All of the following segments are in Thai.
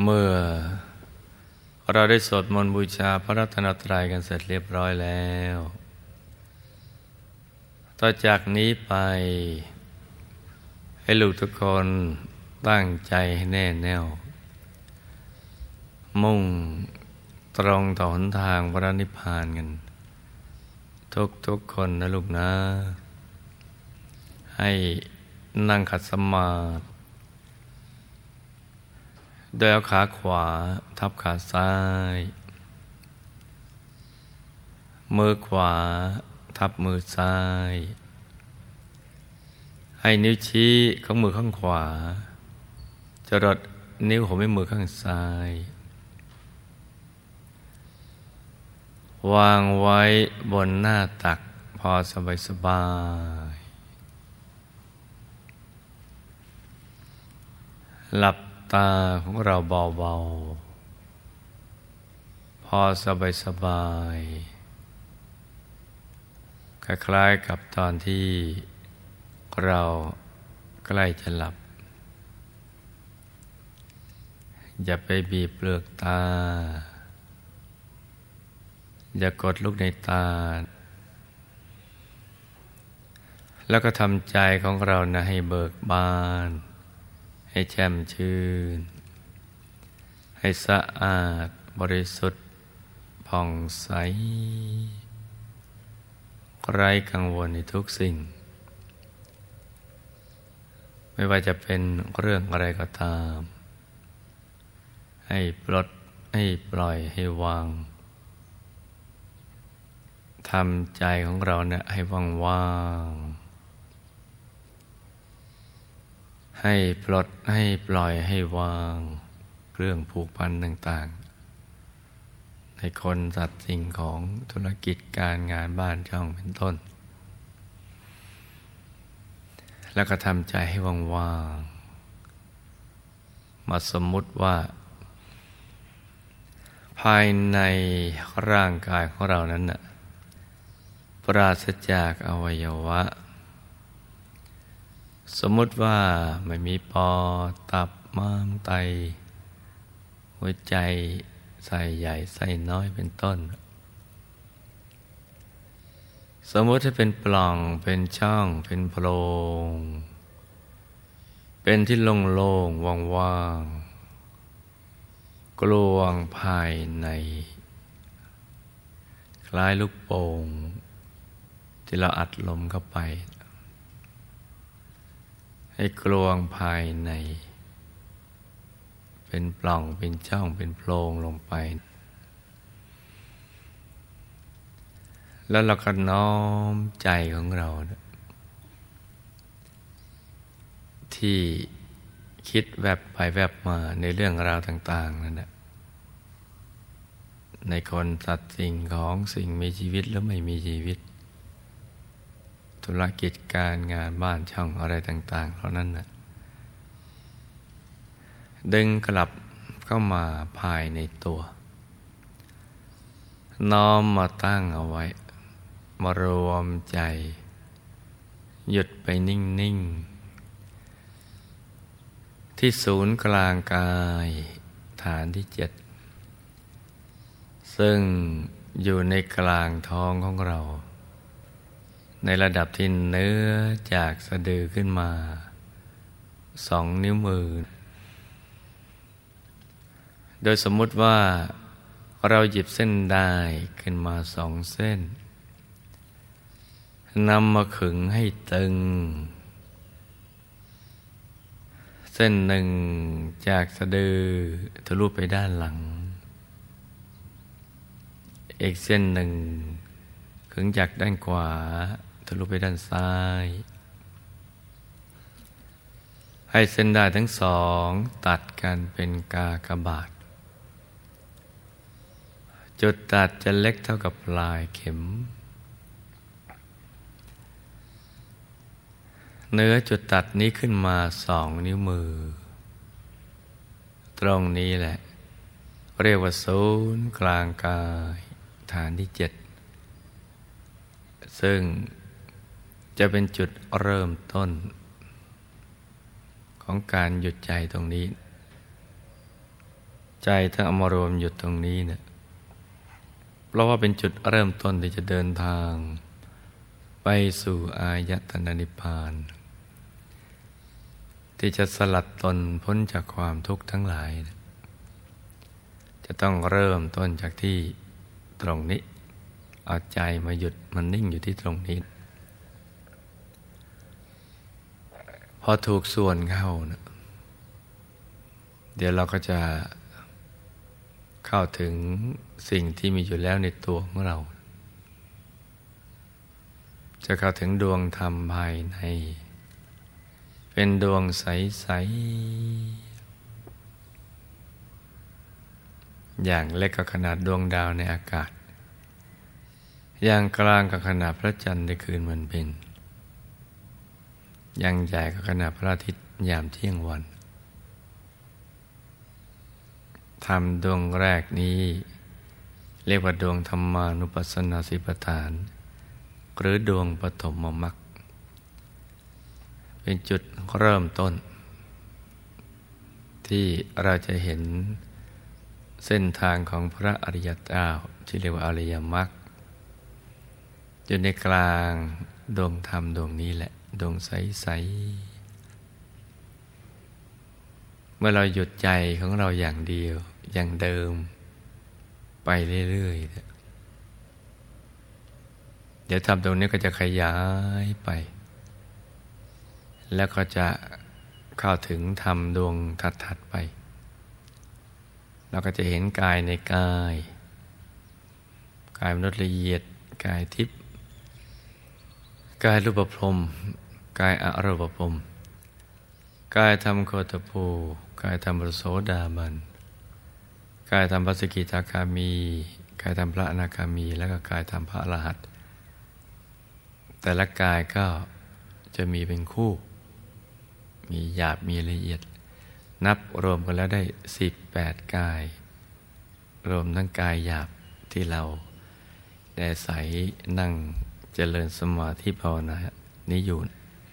เมื่อเราได้สวดมนต์บูชาพระรัตนตรัยกันเสร็จเรียบร้อยแล้วต่อจากนี้ไปให้ลูกทุกคนตั้งใจให้แน่แน่วมุ่งตรงต่อหนทางพระนิพพานกันทุกคนนะลูกนะให้นั่งขัดสมาธิโดยเอาขาขวาทับขาซ้ายมือขวาทับมือซ้ายให้นิ้วชี้ของมือข้างขวาจรดนิ้วหัวแม่มือข้างซ้ายวางไว้บนหน้าตักพอสบายหลับตาของเราเบาๆพอสบายคล้ายๆกับตอนที่เราใกล้จะหลับอย่าไปบีบเปลือกตาอย่ากดลูกในตาแล้วก็ทำใจของเรานะให้เบิกบานให้แช่มชื่นให้สะอาดบริสุทธิ์ผ่องใสไร้กังวลในทุกสิ่งไม่ว่าจะเป็นเรื่องอะไรก็ตามให้ปลดให้ปล่อยให้วางทำใจของเราเนี่ยให้ว่างๆให้ปลดให้ปล่อยให้วางเรื่องผูกพันต่างๆในคนสัตว์สิ่งของธุรกิจการงานบ้านช่องเป็นต้นแล้วก็ทำใจให้ว่างๆมาสมมุติว่าภายในร่างกายของเรานั้นน่ะปราศจากอวัยวะสมมุติว่าไม่มีปอดตับม้ามไตหัวใจไส้ใหญ่ไส้น้อยเป็นต้นสมมุติให้เป็นปล่องเป็นช่องเป็นโพรงเป็นที่โล่งๆว่างๆกลวงภายในคล้ายลูกโป่งที่เราอัดลมเข้าไปให้กลวงภายในเป็นปล่องเป็นช่องเป็นโพรงลงไปแล้วเราก็น้อมใจของเราที่คิดแวบไปแวบมาในเรื่องราวต่างๆนั่นแหละในคนสัตว์สิ่งของสิ่งมีชีวิตและไม่มีชีวิตธุรกิจการงานบ้านช่องอะไรต่างๆเหล่านั้นน่ะดึงกลับเข้ามาภายในตัวน้อมมาตั้งเอาไว้มารวมใจหยุดไปนิ่งๆที่ศูนย์กลางกายฐานที่7ซึ่งอยู่ในกลางท้องของเราในระดับที่เนื้อจากสะดือขึ้นมา2 นิ้วมือโดยสมมุติว่าเราหยิบเส้นด้ายขึ้นมา2 เส้นนำมาขึงให้ตึงเส้นหนึ่งจากสะดือทะลุไปด้านหลังอีกเส้นหนึ่งขึงจากด้านขวาทะลุไปด้านซ้ายให้เส้นด้ายทั้ง2ตัดกันเป็นกากบาทจุดตัดจะเล็กเท่ากับปลายเข็มเนื้อจุดตัดนี้ขึ้นมา2 นิ้วมือตรงนี้แหละเรียกว่าศูนย์กลางกายฐานที่7ซึ่งจะเป็นจุดเริ่มต้นของการหยุดใจตรงนี้ใจถ้าเอามารวมหยุดตรงนี้เนี่ยเพราะว่าเป็นจุดเริ่มต้นที่จะเดินทางไปสู่อายตนะนิพพานที่จะสลัดตนพ้นจากความทุกข์ทั้งหลายจะต้องเริ่มต้นจากที่ตรงนี้เอาใจมาหยุดมันนิ่งอยู่ที่ตรงนี้พอถูกส่วนเข้านะเดี๋ยวเราก็จะเข้าถึงสิ่งที่มีอยู่แล้วในตัวของเราจะเข้าถึงดวงธรรมภายในเป็นดวงใสๆอย่างเล็กก็ขนาดดวงดาวในอากาศอย่างกลางก็ขนาดพระจันทร์ในคืนวันเพ็ญอย่างใหญ่ก็ขนาดพระอาทิตย์ยามเที่ยงวันธรรมดวงแรกนี้เรียกว่าดวงธรรมานุปัสสนาสิปฐานหรือดวงปฐมมรรคเป็นจุดเริ่มต้นที่เราจะเห็นเส้นทางของพระอริยเจ้าที่เรียกว่าอริยมรรคอยู่ในกลางดวงธรรมดวงนี้แหละดวงใสๆเมื่อเราหยุดใจของเราอย่างเดียวอย่างเดิมไปเรื่อยๆเดี๋ยวธรรมตรงนี้ก็จะขยายไปแล้วก็จะเข้าถึงธรรมดวงถัดๆไปเราก็จะเห็นกายในกายมนุษย์ละเอียดกายทิพย์กายรูปพรหมกายอรูปพรหมกายธรรมโคตภูกายธรรมโสดาบันกายธรรมพระสกิทาคามีกายธรรมพระอนาคามีแล้วก็กายธรรมพระอรหันต์แต่ละกายก็จะมีเป็นคู่มีหยาบมีละเอียดนับรวมกันแล้วได้18กายรวมทั้งกายหยาบที่เราได้ใส่นั่งเจริญสมาธิภาวนานี้อยู่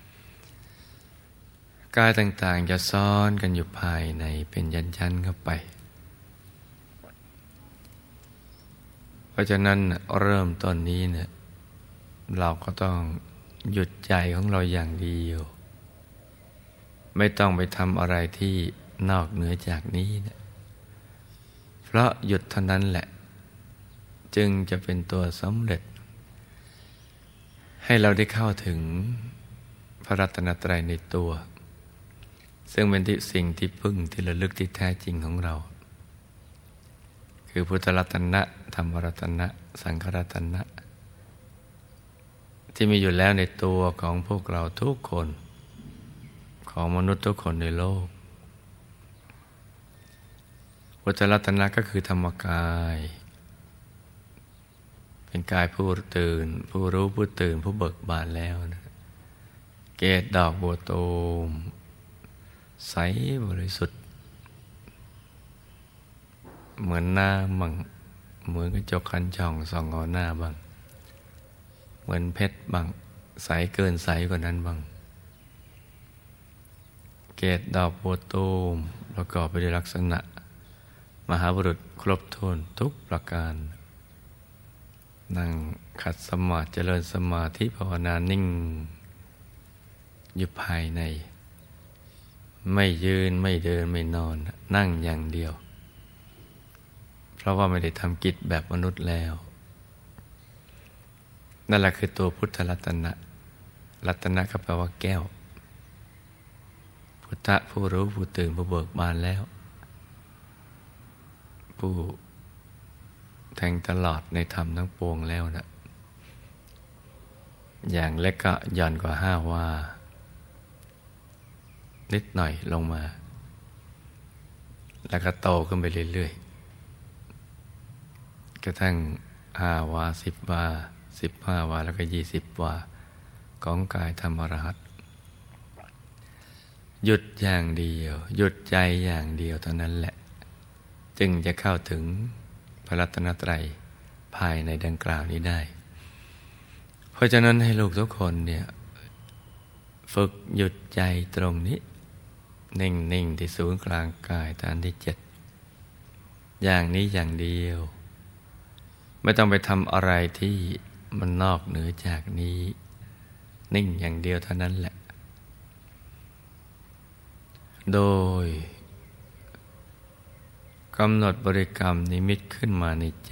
กายต่างๆจะซ้อนกันอยู่ภายในเป็นชั้นๆเข้าไปเพราะฉะนั้นเริ่มต้นนี้เนี่ยเราก็ต้องหยุดใจของเราอย่างเดียวไม่ต้องไปทำอะไรที่นอกเหนือจากนี้นะเพราะหยุดเท่านั้นแหละจึงจะเป็นตัวสำเร็จให้เราได้เข้าถึงพระรัตนตรัยในตัวซึ่งเป็นสิ่งที่พึ่งที่ระลึกที่แท้จริงของเราคือพุทธรัตนะธรรมรัตนะสังฆรัตนะที่มีอยู่แล้วในตัวของพวกเราทุกคนของมนุษย์ทุกคนในโลกพุทธรัตนะก็คือธรรมกายเป็นกายผู้ตื่นผู้รู้ผู้ตื่นผู้เบิกบานแล้วนะเกศดอกบัวตูมใสบริสุทธิ์เหมือนหน้าบังเหมือนกระจกคันช่องส่องเอาหน้าบังเหมือนเพชรบังใสเกินใสกว่านั้นบังเกศดอกบัวตูมประกอบไปด้วยลักษณะมหาบุรุษครบถ้วนทุกประการนั่งขัดสมาธิเจริญสมาธิภาวนานิ่งอยู่ภายในไม่ยืนไม่เดินไม่นอนนั่งอย่างเดียวเพราะว่าไม่ได้ทำกิจแบบมนุษย์แล้วนั่นแหละคือตัวพุทธรัตนะรัตนะก็แปลว่าแก้วพุทธะผู้รู้ผู้ตื่นผู้เบิกบานแล้วผู้แทงตลอดในธรรมทั้งปวงแล้วนะอย่างเล็กก็หย่อนกว่า5 วานิดหน่อยลงมาแล้วก็โตขึ้นไปเรื่อยๆกระทั่ง5 วา10 วา15 วาแล้วก็20 วาของกายธรรมอรหัตหยุดอย่างเดียวหยุดใจอย่างเดียวเท่านั้นแหละจึงจะเข้าถึงพระรัตนตรัยภายในดังกล่าวนี้ได้เพราะฉะนั้นให้ลูกทุกคนเนี่ยฝึกหยุดใจตรงนี้นิ่งๆที่ศูนย์กลางกายฐานที่7 อย่างนี้อย่างเดียวไม่ต้องไปทำอะไรที่มันนอกเหนือจากนี้นิ่งอย่างเดียวเท่านั้นแหละโดยกำหนดบริกรรมนิมิตขึ้นมาในใจ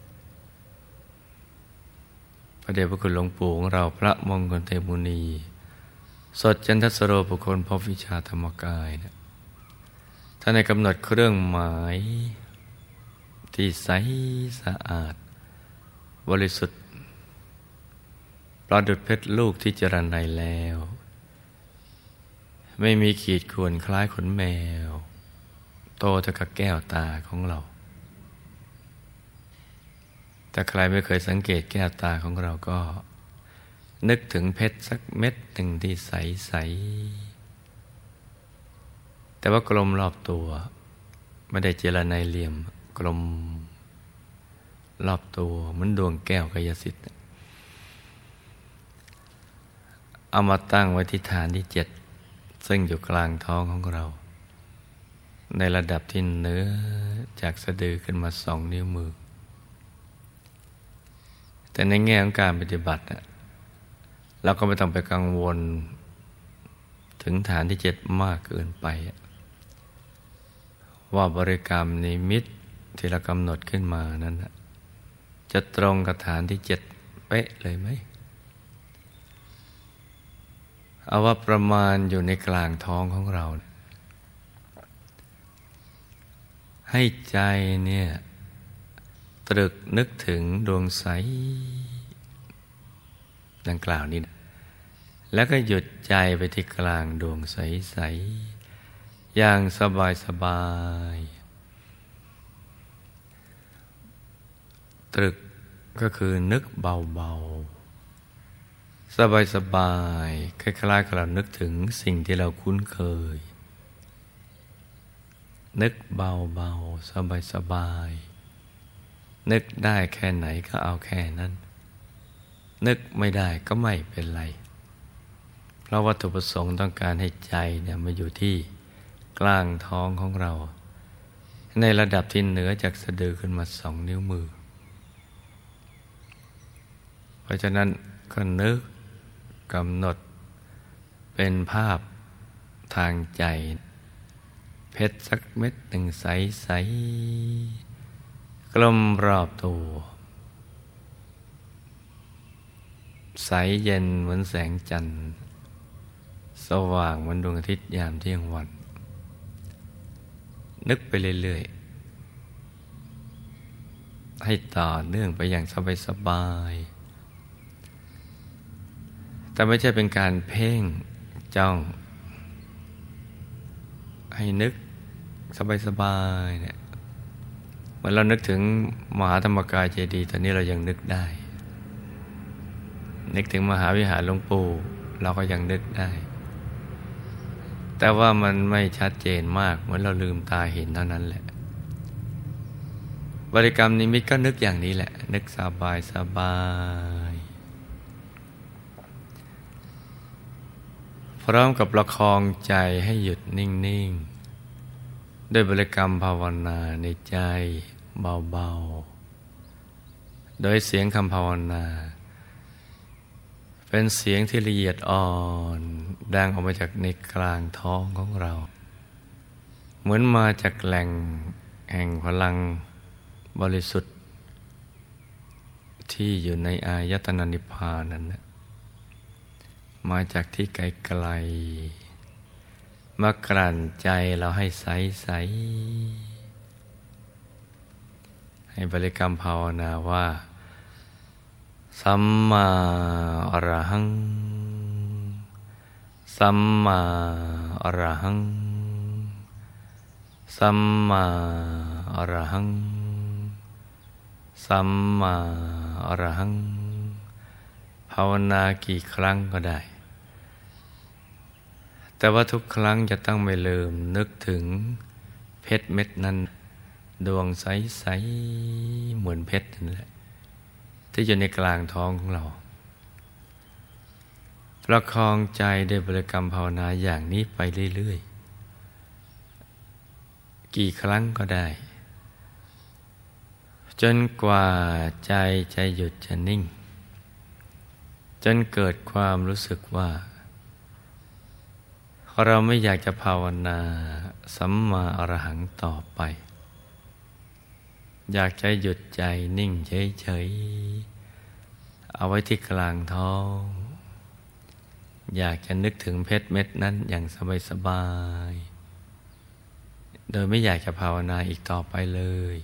พระเดชพระคุณหลวงปู่ของเราพระมงคลเทพมุนีสดจันทสโรบุคคลพบวิชาธรรมกายนะท่านได้กำหนดเครื่องหมายที่ใสสะอาดบริสุทธิ์ประดุจเพชรลูกที่จรรไนแล้วไม่มีขีดข่วนคล้ายขนแมวโตเท่ากับแก้วตาของเราแต่ใครไม่เคยสังเกตแก้วตาของเราก็นึกถึงเพชรสักเม็ดหนึ่งที่ใสๆแต่ว่ากลมรอบตัวไม่ได้เจรไนเหลี่ยมกลมรอบตัวเหมือนดวงแก้วกายสิทธิ์เอามาตั้งไว้ที่ฐานที่7ซึ่งอยู่กลางท้องของเราในระดับที่เหนือจากสะดือขึ้นมา2 นิ้วมือแต่ในแง่ของการปฏิบัติเราก็ไม่ต้องไปกังวลถึงฐานที่7มากเกินไปว่าบริกรรมนิมิตที่เรากำหนดขึ้นมานั้นจะตรงกับฐานที่7เป๊ะเลยไหมเอาว่าประมาณอยู่ในกลางท้องของเราให้ใจเนี่ยตรึกนึกถึงดวงใสดังกล่าวนี้แล้วก็หยุดใจไปที่กลางดวงใสๆอย่างสบายๆตรึกก็คือนึกเบาๆสบายๆคล้ายๆกับเรานึกถึงสิ่งที่เราคุ้นเคยนึกเบาๆสบายๆนึกได้แค่ไหนก็เอาแค่นั้นนึกไม่ได้ก็ไม่เป็นไรเพราะวัตถุประสงค์ต้องการให้ใจเนี่ยมาอยู่ที่กลางท้องของเราในระดับที่เหนือจากสะดือขึ้นมา2 นิ้วมือเพราะฉะนั้นก็นึกกำหนดเป็นภาพทางใจเพชรสักเม็ดหนึ่งใสๆกลมรอบตัวใสเย็นเหมือนแสงจันทร์สว่างเหมือนดวงอาทิตย์ยามเที่ยงวันนึกไปเรื่อยๆให้ต่อเนื่องไปอย่างสบายๆแต่ไม่ใช่เป็นการเพ่งจ้องให้นึกสบายๆเนี่ยเหมือนเรานึกถึงมหาธรรมกายเจดีย์ตอนนี้เรายังนึกได้นึกถึงมหาวิหารหลวงปู่เราก็ยังนึกได้แต่ว่ามันไม่ชัดเจนมากเหมือนเราลืมตาเห็นเท่านั้นแหละบริกรรมนิมิตก็นึกอย่างนี้แหละนึกสบายพร้อมกับประคองใจให้หยุดนิ่งๆด้วยบริกรรมภาวนาในใจเบาๆโดยเสียงคำภาวนาเป็นเสียงที่ละเอียดอ่อนดังออกมาจากในกลางท้องของเราเหมือนมาจากแหล่งแห่งพลังบริสุทธิ์ที่อยู่ในอายตนะนิพพานนั้นมาจากที่ไกลๆมากลั่นใจเราให้ใสๆให้บริกรรมภาวนาว่าสัมมาอรหังสัมมาอรหังสัมมาอรหังสัมมาอรหังภาวนากี่ครั้งก็ได้แต่ว่าทุกครั้งจะต้องไม่ลืมนึกถึงเพชรเม็ดนั้นดวงใสๆเหมือนเพชรนั่นแหละที่อยู่ในกลางท้องของเราประคองใจด้วยบริกรรมภาวนาอย่างนี้ไปเรื่อยๆกี่ครั้งก็ได้จนกว่าใจจะหยุดจะนิ่งจนเกิดความรู้สึกว่าเราไม่อยากจะภาวนาสัมมาอรหังต่อไปอยากจะหยุดใจนิ่งเฉยๆเอาไว้ที่กลางท้องอยากจะนึกถึงเพชรเม็ดนั้นอย่างสบายๆโดยไม่อยากจะภาวนาอีกต่อไปเลย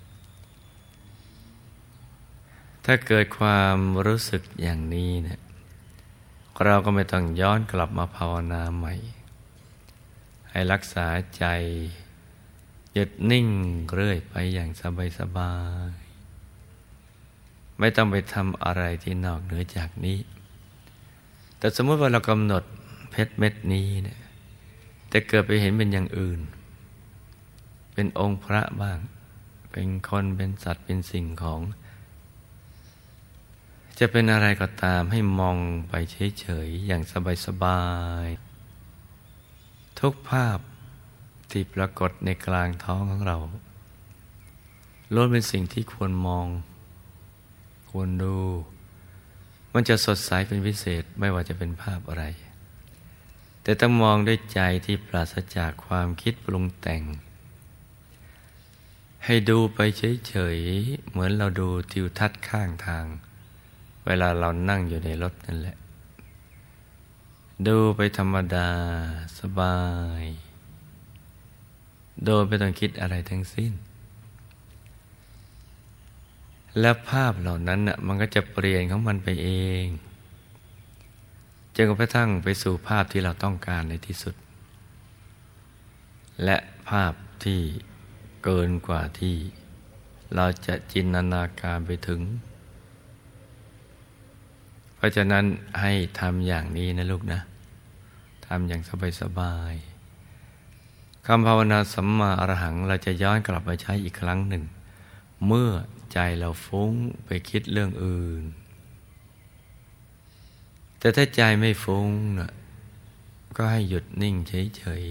ถ้าเกิดความรู้สึกอย่างนี้เนี่ยเราก็ไม่ต้องย้อนกลับมาภาวนาใหม่ให้รักษาใจหยุดนิ่งเรื่อยไปอย่างสบายๆไม่ต้องไปทำอะไรที่นอกเหนือจากนี้แต่สมมติว่าเรากำหนดเพชรเม็ดนี้เนี่ยแต่เกิดไปเห็นเป็นอย่างอื่นเป็นองค์พระบ้างเป็นคนเป็นสัตว์เป็นสิ่งของจะเป็นอะไรก็ตามให้มองไปเฉยๆอย่างสบายๆทุกภาพที่ปรากฏในกลางท้องของเราล้วนเป็นสิ่งที่ควรมองควรดูมันจะสดใสเป็นพิเศษไม่ว่าจะเป็นภาพอะไรแต่ต้องมองด้วยใจที่ปราศจากความคิดปรุงแต่งให้ดูไปเฉยๆเหมือนเราดูทิวทัศน์ข้างทางเวลาเรานั่งอยู่ในรถนั่นแหละดูไปธรรมดาสบายโดยไม่ต้องคิดอะไรทั้งสิ้นและภาพเหล่านั้นน่ะมันก็จะเปลี่ยนของมันไปเองจนกระทั่งไปสู่ภาพที่เราต้องการในที่สุดและภาพที่เกินกว่าที่เราจะจินตนาการไปถึงเพราะฉะนั้นให้ทำอย่างนี้นะลูกนะทำอย่างสบายๆคำภาวนาสัมมาอรหังเราจะย้อนกลับมาใช้อีกครั้งหนึ่งเมื่อใจเราฟุ้งไปคิดเรื่องอื่นแต่ถ้าใจไม่ฟุ้งนะก็ให้หยุดนิ่งเฉย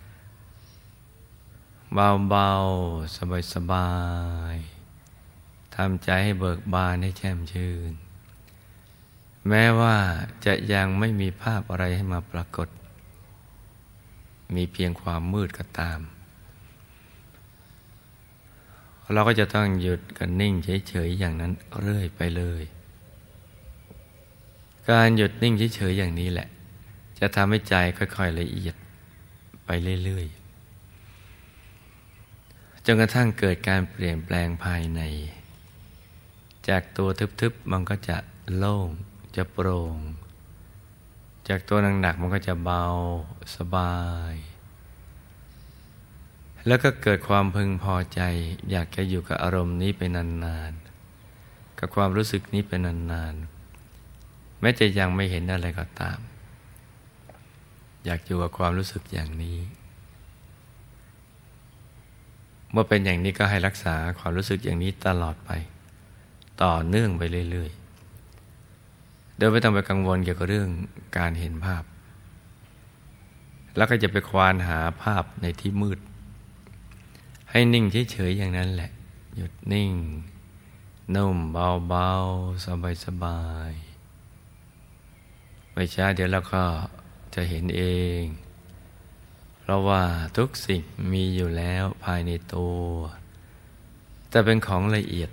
ๆเบาๆสบายๆทำใจให้เบิกบานให้แช่มชื่นแม้ว่าจะยังไม่มีภาพอะไรให้มาปรากฏมีเพียงความมืดก็ตามเราก็จะต้องหยุดกันนิ่งเฉยๆอย่างนั้นเรื่อยไปเลยการหยุดนิ่งเฉยๆอย่างนี้แหละจะทำให้ใจค่อยๆละเอียดไปเรื่อยๆจนกระทั่งเกิดการเปลี่ยนแปลงภายในจากตัวทึบๆมันก็จะโล่งจะโปร่งจากตัวหนักๆมันก็จะเบาสบายแล้วก็เกิดความพึงพอใจอยากจะอยู่กับอารมณ์นี้ไปนานๆกับความรู้สึกนี้ไปนานๆแม้จะยังไม่เห็นอะไรก็ตามอยากอยู่กับความรู้สึกอย่างนี้เมื่อเป็นอย่างนี้ก็ให้รักษาความรู้สึกอย่างนี้ตลอดไปต่อเนื่องไปเรื่อยๆโดยไม่ต้องไปกังวลเกี่ยวกับเรื่องการเห็นภาพแล้วก็จะไปควานหาภาพในที่มืดให้นิ่งเฉยๆอย่างนั้นแหละหยุดนิ่งนุ่มเบาๆสบายๆไม่ช้าเดี๋ยวเราก็จะเห็นเองเพราะว่าทุกสิ่งมีอยู่แล้วภายในตัวแต่เป็นของละเอียด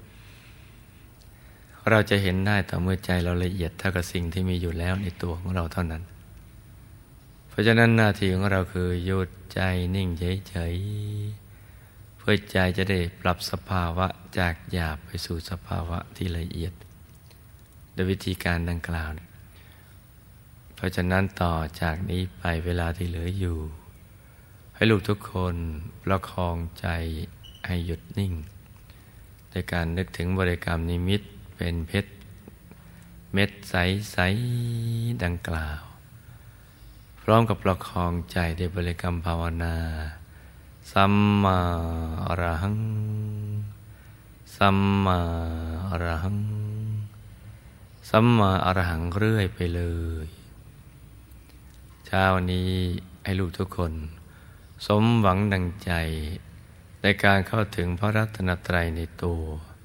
เราจะเห็นได้ต่อเมื่อใจเราละเอียดเท่ากับสิ่งที่มีอยู่แล้วในตัวของเราเท่านั้นเพราะฉะนั้นหน้าที่ของเราคือหยุดใจนิ่งเฉยๆเพื่อใจจะได้ปรับสภาวะจากหยาบไปสู่สภาวะที่ละเอียดโดยวิธีการดังกล่าวเพราะฉะนั้นต่อจากนี้ไปเวลาที่เหลืออยู่ให้ลูกทุกคนประคองใจให้หยุดนิ่งในการนึกถึงบริกรรมนิมิตเป็นเพชรเม็ดใสๆดังกล่าวพร้อมกับประคองใจด้วยบริกรรมภาวนาสัมมาอรหังสัมมาอรหังสัมมาอรหังเรื่อยไปเลยเช้านี้ให้ลูกทุกคนสมหวังดังใจในการเข้าถึงพระรัตนตรัยในตัว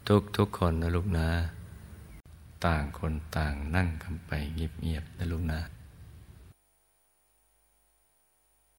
ทุกคนนะลูกนะต่างคนต่างนั่งกันไปเงียบๆนะลูกนะ